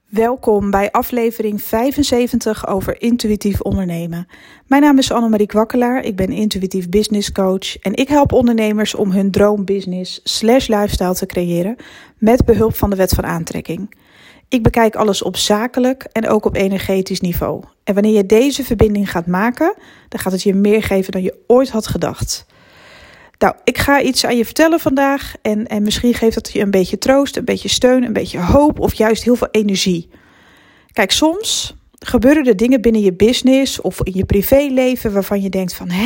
Welkom bij aflevering 75 over intuïtief ondernemen. Mijn naam is Annemarie Kwakkelaar, ik ben intuïtief business coach en ik help ondernemers om hun droombusiness /lifestyle te creëren met behulp van de wet van aantrekking. Ik bekijk alles op zakelijk en ook op energetisch niveau. En wanneer je deze verbinding gaat maken, dan gaat het je meer geven dan je ooit had gedacht. Nou, ik ga iets aan je vertellen vandaag en misschien geeft dat je een beetje troost, een beetje steun, een beetje hoop of juist heel veel energie. Kijk, soms gebeuren er dingen binnen je business of in je privéleven waarvan je denkt van,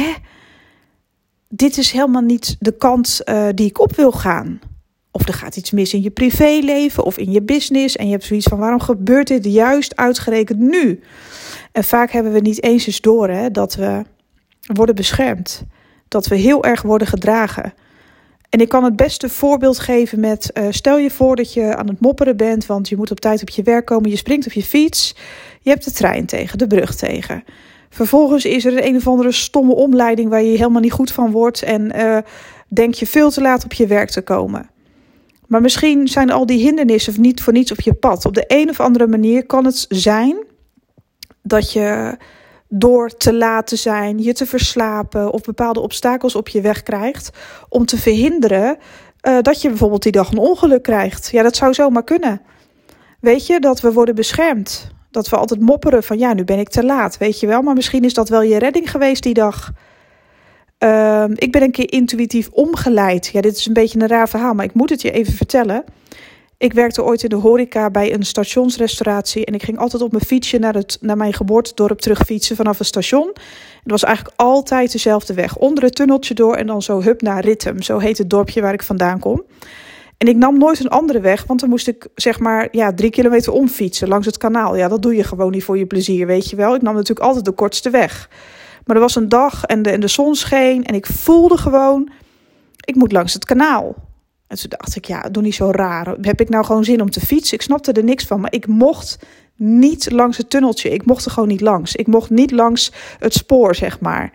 dit is helemaal niet de kant die ik op wil gaan. Of er gaat iets mis in je privéleven of in je business en je hebt zoiets van, waarom gebeurt dit juist uitgerekend nu? En vaak hebben we niet eens door dat we worden beschermd. Dat we heel erg worden gedragen. En ik kan het beste voorbeeld geven met, stel je voor dat je aan het mopperen bent, want je moet op tijd op je werk komen, je springt op je fiets, je hebt de trein tegen, de brug tegen. Vervolgens is er een of andere stomme omleiding waar je helemaal niet goed van wordt en denk je veel te laat op je werk te komen. Maar misschien zijn al die hindernissen niet voor niets op je pad. Op de een of andere manier kan het zijn dat je door te laat te zijn, je te verslapen of bepaalde obstakels op je weg krijgt om te verhinderen dat je bijvoorbeeld die dag een ongeluk krijgt. Ja, dat zou zomaar kunnen. Weet je, dat we worden beschermd. Dat we altijd mopperen van nu ben ik te laat, weet je wel. Maar misschien is dat wel je redding geweest die dag. Ik ben een keer intuïtief omgeleid. Ja, dit is een beetje een raar verhaal, maar ik moet het je even vertellen. Ik werkte ooit in de horeca bij een stationsrestauratie en ik ging altijd op mijn fietsje naar mijn geboortedorp terugfietsen vanaf het station. Het was eigenlijk altijd dezelfde weg, onder het tunneltje door en dan zo hup naar Rittem. Zo heet het dorpje waar ik vandaan kom. En ik nam nooit een andere weg, want dan moest ik 3 kilometer omfietsen langs het kanaal. Ja, dat doe je gewoon niet voor je plezier, weet je wel. Ik nam natuurlijk altijd de kortste weg. Maar er was een dag en de zon scheen en ik voelde gewoon, ik moet langs het kanaal. En toen dacht ik, doe niet zo raar. Heb ik nou gewoon zin om te fietsen? Ik snapte er niks van, maar ik mocht niet langs het tunneltje. Ik mocht er gewoon niet langs. Ik mocht niet langs het spoor, zeg maar.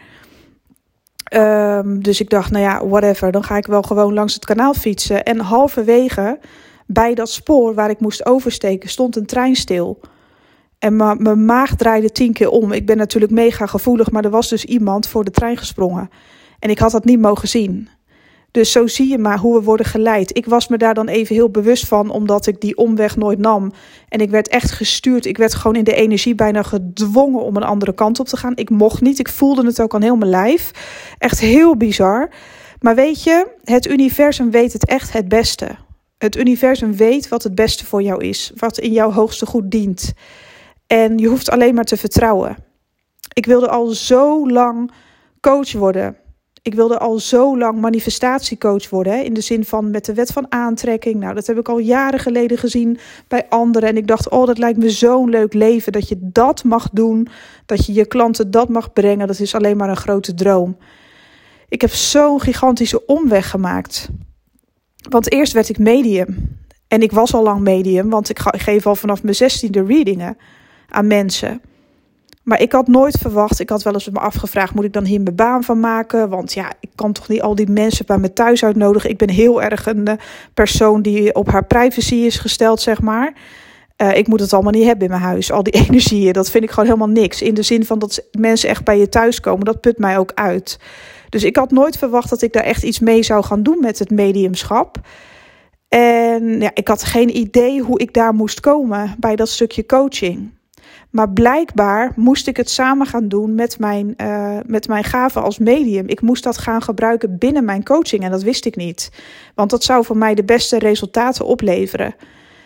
Dus ik dacht, whatever. Dan ga ik wel gewoon langs het kanaal fietsen. En halverwege bij dat spoor waar ik moest oversteken stond een trein stil. En mijn maag draaide 10 keer om. Ik ben natuurlijk mega gevoelig, maar er was dus iemand voor de trein gesprongen. En ik had dat niet mogen zien. Dus zo zie je maar hoe we worden geleid. Ik was me daar dan even heel bewust van, omdat ik die omweg nooit nam. En ik werd echt gestuurd. Ik werd gewoon in de energie bijna gedwongen om een andere kant op te gaan. Ik mocht niet. Ik voelde het ook aan heel mijn lijf. Echt heel bizar. Maar weet je, het universum weet het echt het beste. Het universum weet wat het beste voor jou is. Wat in jouw hoogste goed dient. En je hoeft alleen maar te vertrouwen. Ik wilde al zo lang coach worden. Ik wilde al zo lang manifestatiecoach worden. In de zin van met de wet van aantrekking. Nou, dat heb ik al jaren geleden gezien bij anderen. En ik dacht, dat lijkt me zo'n leuk leven. Dat je dat mag doen. Dat je je klanten dat mag brengen. Dat is alleen maar een grote droom. Ik heb zo'n gigantische omweg gemaakt. Want eerst werd ik medium. En ik was al lang medium. Want ik geef al vanaf mijn 16e readingen aan mensen. Maar ik had nooit verwacht, ik had wel eens me afgevraagd, moet ik dan hier mijn baan van maken? Want ik kan toch niet al die mensen bij me thuis uitnodigen. Ik ben heel erg een persoon die op haar privacy is gesteld, zeg maar. Ik moet het allemaal niet hebben in mijn huis, al die energieën. Dat vind ik gewoon helemaal niks. In de zin van dat mensen echt bij je thuis komen, dat put mij ook uit. Dus ik had nooit verwacht dat ik daar echt iets mee zou gaan doen met het mediumschap. En ik had geen idee hoe ik daar moest komen bij dat stukje coaching. Maar blijkbaar moest ik het samen gaan doen met mijn gaven als medium. Ik moest dat gaan gebruiken binnen mijn coaching en dat wist ik niet. Want dat zou voor mij de beste resultaten opleveren.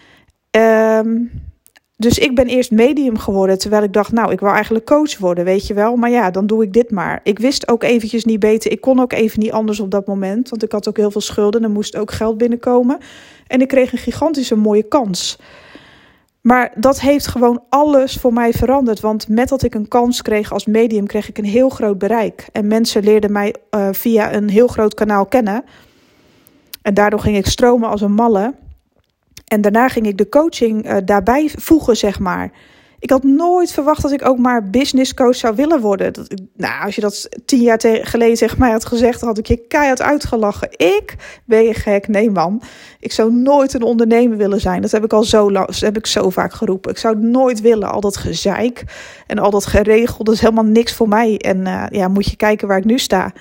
Dus ik ben eerst medium geworden, terwijl ik dacht, ik wil eigenlijk coach worden, weet je wel. Maar dan doe ik dit maar. Ik wist ook eventjes niet beter. Ik kon ook even niet anders op dat moment, want ik had ook heel veel schulden en er moest ook geld binnenkomen. En ik kreeg een gigantische mooie kans. Maar dat heeft gewoon alles voor mij veranderd. Want met dat ik een kans kreeg als medium, kreeg ik een heel groot bereik. En mensen leerden mij via een heel groot kanaal kennen. En daardoor ging ik stromen als een malle. En daarna ging ik de coaching daarbij voegen, zeg maar. Ik had nooit verwacht dat ik ook maar business coach zou willen worden. Als je dat 10 jaar geleden tegen mij had gezegd, dan had ik je keihard uitgelachen. Ben je gek? Nee man, ik zou nooit een ondernemer willen zijn. Dat heb ik al zo vaak geroepen. Ik zou het nooit willen, al dat gezeik en al dat geregeld. Dat is helemaal niks voor mij. En moet je kijken waar ik nu sta.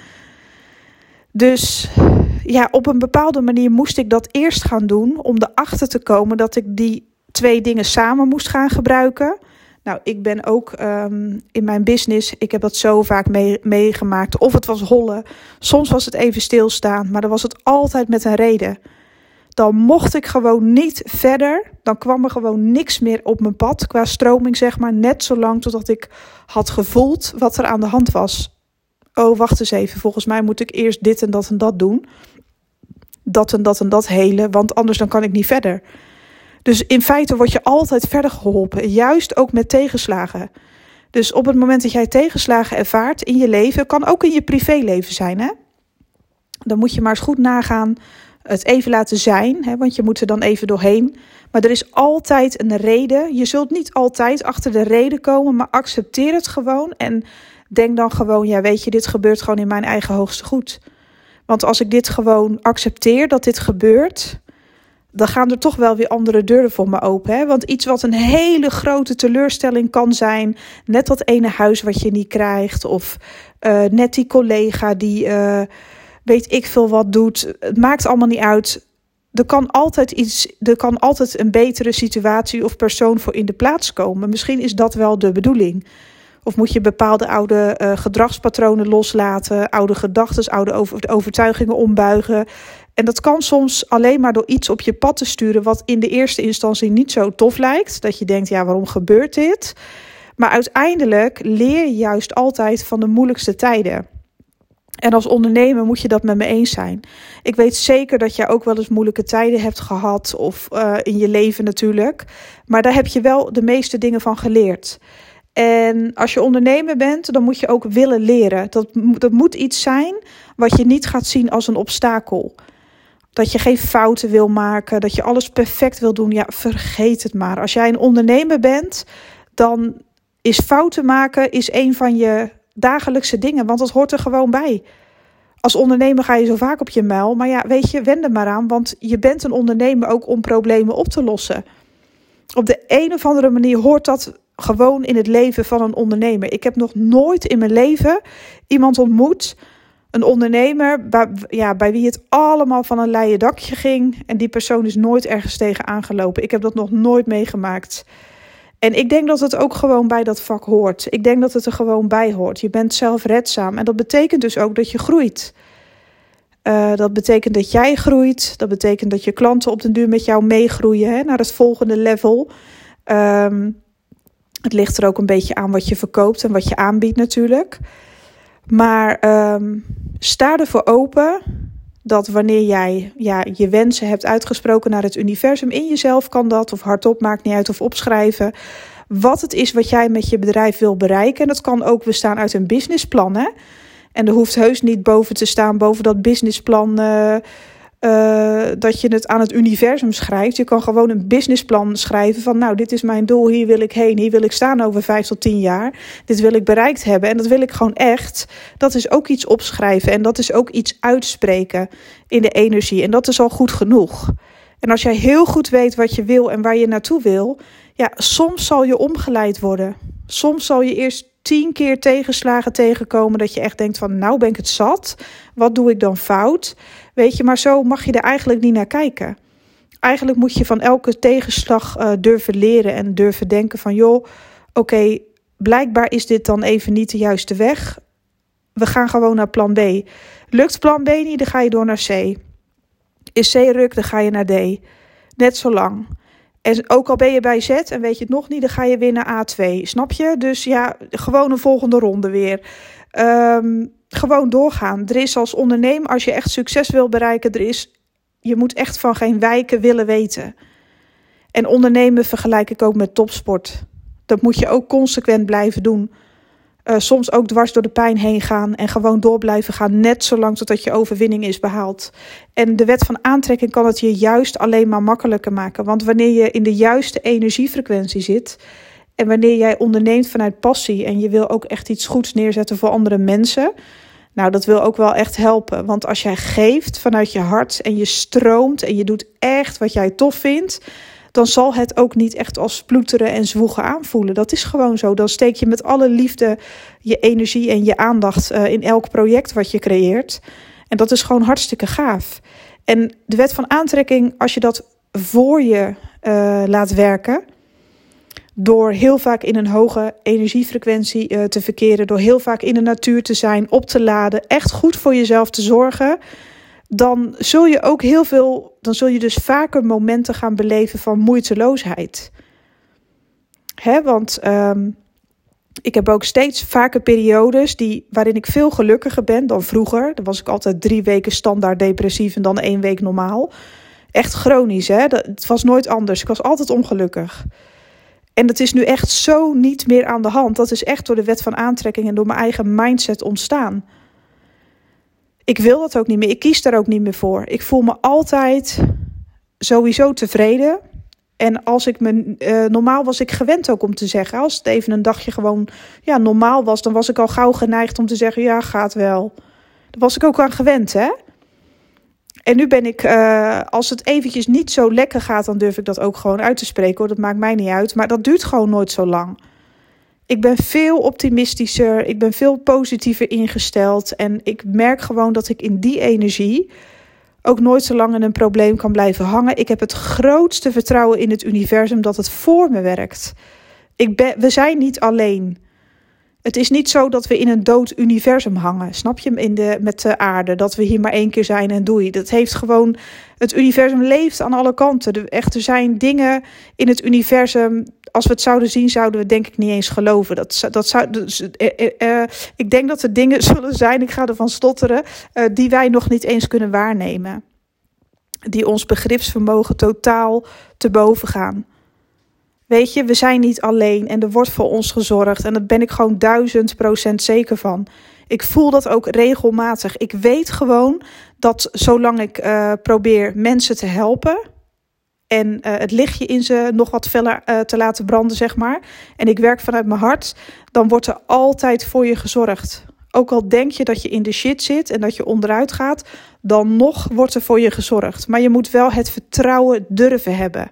Dus ja, op een bepaalde manier moest ik dat eerst gaan doen om erachter te komen dat ik die 2 dingen samen moest gaan gebruiken. Nou, ik ben ook in mijn business, ik heb dat zo vaak meegemaakt. Of het was hollen, soms was het even stilstaan, maar dan was het altijd met een reden. Dan mocht ik gewoon niet verder, dan kwam er gewoon niks meer op mijn pad qua stroming, zeg maar. Net zolang totdat ik had gevoeld wat er aan de hand was. Oh, wacht eens even, volgens mij moet ik eerst dit en dat doen. Dat en dat helen, want anders dan kan ik niet verder. Dus in feite word je altijd verder geholpen, juist ook met tegenslagen. Dus op het moment dat jij tegenslagen ervaart in je leven, kan ook in je privéleven zijn, hè? Dan moet je maar eens goed nagaan, het even laten zijn, hè? Want je moet er dan even doorheen. Maar er is altijd een reden. Je zult niet altijd achter de reden komen, maar accepteer het gewoon en denk dan gewoon, ja weet je, dit gebeurt gewoon in mijn eigen hoogste goed. Want als ik dit gewoon accepteer dat dit gebeurt, dan gaan er toch wel weer andere deuren voor me open. Hè? Want iets wat een hele grote teleurstelling kan zijn, net dat ene huis wat je niet krijgt, of net die collega die weet ik veel wat doet. Het maakt allemaal niet uit. Er kan altijd een betere situatie of persoon voor in de plaats komen. Misschien is dat wel de bedoeling. Of moet je bepaalde oude gedragspatronen loslaten, oude gedachten, oude overtuigingen ombuigen. En dat kan soms alleen maar door iets op je pad te sturen wat in de eerste instantie niet zo tof lijkt. Dat je denkt, ja, waarom gebeurt dit? Maar uiteindelijk leer je juist altijd van de moeilijkste tijden. En als ondernemer moet je dat met me eens zijn. Ik weet zeker dat jij ook wel eens moeilijke tijden hebt gehad, of in je leven natuurlijk. Maar daar heb je wel de meeste dingen van geleerd. En als je ondernemer bent, dan moet je ook willen leren. Dat moet iets zijn wat je niet gaat zien als een obstakel. Dat je geen fouten wil maken, dat je alles perfect wil doen. Ja, vergeet het maar. Als jij een ondernemer bent, dan is fouten maken een van je dagelijkse dingen. Want dat hoort er gewoon bij. Als ondernemer ga je zo vaak op je muil. Maar ja, weet je, wend er maar aan. Want je bent een ondernemer ook om problemen op te lossen. Op de een of andere manier hoort dat gewoon in het leven van een ondernemer. Ik heb nog nooit in mijn leven iemand ontmoet, een ondernemer, bij wie het allemaal van een leien dakje ging. En die persoon is nooit ergens tegen aangelopen. Ik heb dat nog nooit meegemaakt. En ik denk dat het ook gewoon bij dat vak hoort. Ik denk dat het er gewoon bij hoort. Je bent zelfredzaam. En dat betekent dus ook dat je groeit. Dat betekent dat jij groeit. Dat betekent dat je klanten op den duur met jou meegroeien, naar het volgende level. Het ligt er ook een beetje aan wat je verkoopt en wat je aanbiedt natuurlijk. Maar sta ervoor open dat wanneer jij je wensen hebt uitgesproken naar het universum, in jezelf kan dat, of hardop, maakt niet uit, of opschrijven, wat het is wat jij met je bedrijf wil bereiken. En dat kan ook bestaan uit een businessplan, hè? En er hoeft heus niet boven te staan, boven dat businessplan, dat je het aan het universum schrijft. Je kan gewoon een businessplan schrijven van, nou, dit is mijn doel, hier wil ik heen, hier wil ik staan over 5 tot 10 jaar. Dit wil ik bereikt hebben en dat wil ik gewoon echt. Dat is ook iets opschrijven en dat is ook iets uitspreken in de energie. En dat is al goed genoeg. En als jij heel goed weet wat je wil en waar je naartoe wil, ja, soms zal je omgeleid worden. Soms zal je eerst 10 keer tegenslagen tegenkomen dat je echt denkt van, nou ben ik het zat. Wat doe ik dan fout? Weet je, maar zo mag je er eigenlijk niet naar kijken. Eigenlijk moet je van elke tegenslag durven leren en durven denken van, joh, oké, blijkbaar is dit dan even niet de juiste weg. We gaan gewoon naar plan B. Lukt plan B niet, dan ga je door naar C. Is C ruk, dan ga je naar D. Net zo lang. En ook al ben je bij Z en weet je het nog niet, dan ga je weer naar A2. Snap je? Dus ja, gewoon een volgende ronde weer. Gewoon doorgaan. Er is als ondernemer, als je echt succes wil bereiken, je moet echt van geen wijken willen weten. En ondernemen vergelijk ik ook met topsport. Dat moet je ook consequent blijven doen. Soms ook dwars door de pijn heen gaan en gewoon door blijven gaan, net zolang totdat je overwinning is behaald. En de wet van aantrekking kan het je juist alleen maar makkelijker maken. Want wanneer je in de juiste energiefrequentie zit En wanneer jij onderneemt vanuit passie en je wil ook echt iets goeds neerzetten voor andere mensen, nou, dat wil ook wel echt helpen. Want als jij geeft vanuit je hart en je stroomt en je doet echt wat jij tof vindt, dan zal het ook niet echt als ploeteren en zwoegen aanvoelen. Dat is gewoon zo. Dan steek je met alle liefde je energie en je aandacht in elk project wat je creëert. En dat is gewoon hartstikke gaaf. En de wet van aantrekking, als je dat voor je laat werken, door heel vaak in een hoge energiefrequentie te verkeren, door heel vaak in de natuur te zijn, op te laden, echt goed voor jezelf te zorgen, dan zul je dus vaker momenten gaan beleven van moeiteloosheid. Want ik heb ook steeds vaker periodes waarin ik veel gelukkiger ben dan vroeger. Dan was ik altijd 3 weken standaard depressief en dan 1 week normaal. Echt chronisch, het was nooit anders. Ik was altijd ongelukkig. En dat is nu echt zo niet meer aan de hand. Dat is echt door de wet van aantrekking en door mijn eigen mindset ontstaan. Ik wil dat ook niet meer. Ik kies daar ook niet meer voor. Ik voel me altijd sowieso tevreden. En als ik normaal was ik gewend ook om te zeggen. Als het even een dagje gewoon normaal was, dan was ik al gauw geneigd om te zeggen, ja, gaat wel. Daar was ik ook aan gewend, hè. En nu ben ik, als het eventjes niet zo lekker gaat, dan durf ik dat ook gewoon uit te spreken, hoor. Dat maakt mij niet uit. Maar dat duurt gewoon nooit zo lang. Ik ben veel optimistischer, ik ben veel positiever ingesteld. En ik merk gewoon dat ik in die energie ook nooit zo lang in een probleem kan blijven hangen. Ik heb het grootste vertrouwen in het universum dat het voor me werkt. We zijn niet alleen. Het is niet zo dat we in een dood universum hangen. Snap je? Met de aarde. Dat we hier maar 1 keer zijn en doei. Dat heeft gewoon. Het universum leeft aan alle kanten. Er zijn dingen in het universum. Als we het zouden zien, zouden we denk ik niet eens geloven. Ik denk dat er dingen zullen zijn, ik ga ervan stotteren, die wij nog niet eens kunnen waarnemen. Die ons begripsvermogen totaal te boven gaan. Weet je, we zijn niet alleen en er wordt voor ons gezorgd. En daar ben ik gewoon 1000% zeker van. Ik voel dat ook regelmatig. Ik weet gewoon dat zolang ik probeer mensen te helpen en het lichtje in ze nog wat feller te laten branden, zeg maar, en ik werk vanuit mijn hart, dan wordt er altijd voor je gezorgd. Ook al denk je dat je in de shit zit en dat je onderuit gaat, dan nog wordt er voor je gezorgd. Maar je moet wel het vertrouwen durven hebben.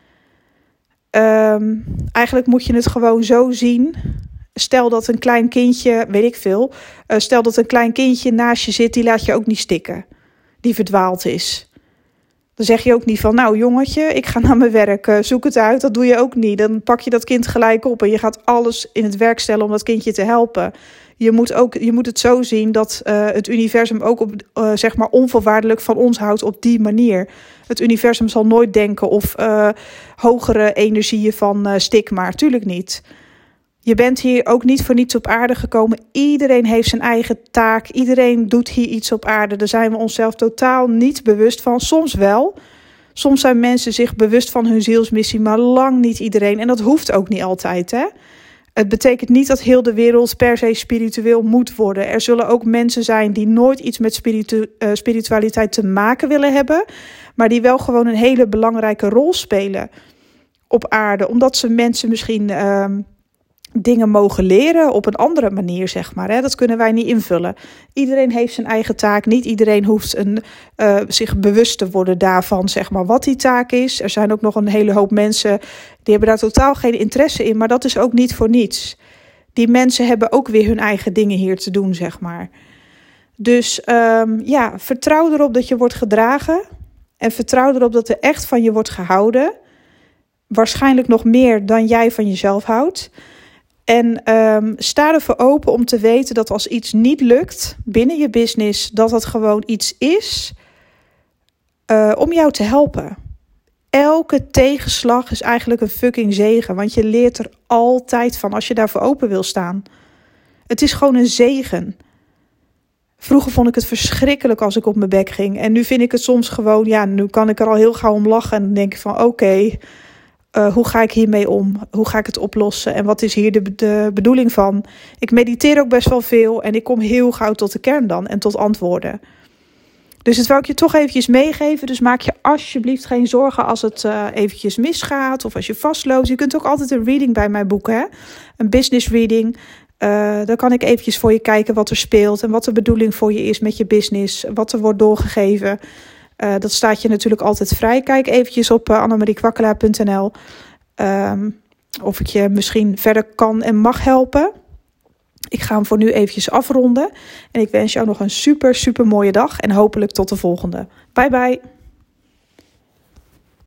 Eigenlijk moet je het gewoon zo zien. Stel dat een klein kindje, weet ik veel, stel dat een klein kindje naast je zit, die laat je ook niet stikken. Die verdwaald is. Dan zeg je ook niet van, nou jongetje, ik ga naar mijn werk, zoek het uit. Dat doe je ook niet. Dan pak je dat kind gelijk op en je gaat alles in het werk stellen om dat kindje te helpen. Je moet het zo zien dat het universum ook zeg maar onvoorwaardelijk van ons houdt op die manier. Het universum zal nooit denken of hogere energieën van stik maar. Tuurlijk niet. Je bent hier ook niet voor niets op aarde gekomen. Iedereen heeft zijn eigen taak. Iedereen doet hier iets op aarde. Daar zijn we onszelf totaal niet bewust van. Soms wel. Soms zijn mensen zich bewust van hun zielsmissie, maar lang niet iedereen. En dat hoeft ook niet altijd, hè. Het betekent niet dat heel de wereld per se spiritueel moet worden. Er zullen ook mensen zijn die nooit iets met spiritualiteit te maken willen hebben, maar die wel gewoon een hele belangrijke rol spelen op aarde. Omdat ze mensen misschien dingen mogen leren op een andere manier, zeg maar. Hè? Dat kunnen wij niet invullen. Iedereen heeft zijn eigen taak. Niet iedereen hoeft zich bewust te worden daarvan, zeg maar, wat die taak is. Er zijn ook nog een hele hoop mensen die hebben daar totaal geen interesse in, maar dat is ook niet voor niets. Die mensen hebben ook weer hun eigen dingen hier te doen, zeg maar. Dus vertrouw erop dat je wordt gedragen en vertrouw erop dat er echt van je wordt gehouden. Waarschijnlijk nog meer dan jij van jezelf houdt. En sta ervoor open om te weten dat als iets niet lukt binnen je business, dat het gewoon iets is om jou te helpen. Elke tegenslag is eigenlijk een fucking zegen, want je leert er altijd van als je daarvoor open wil staan. Het is gewoon een zegen. Vroeger vond ik het verschrikkelijk als ik op mijn bek ging. En nu vind ik het soms gewoon, nu kan ik er al heel gauw om lachen. En dan denk ik van oké, hoe ga ik hiermee om? Hoe ga ik het oplossen? En wat is hier de bedoeling van? Ik mediteer ook best wel veel en ik kom heel gauw tot de kern dan en tot antwoorden. Dus het wou ik je toch eventjes meegeven. Dus maak je alsjeblieft geen zorgen als het eventjes misgaat of als je vastloopt. Je kunt ook altijd een reading bij mij boeken, hè? Een business reading. Dan kan ik eventjes voor je kijken wat er speelt en wat de bedoeling voor je is met je business. Wat er wordt doorgegeven. Dat staat je natuurlijk altijd vrij. Kijk eventjes op annemariekwakkelaar.nl of ik je misschien verder kan en mag helpen. Ik ga hem voor nu eventjes afronden. En ik wens jou nog een super mooie dag. En hopelijk tot de volgende. Bye bye.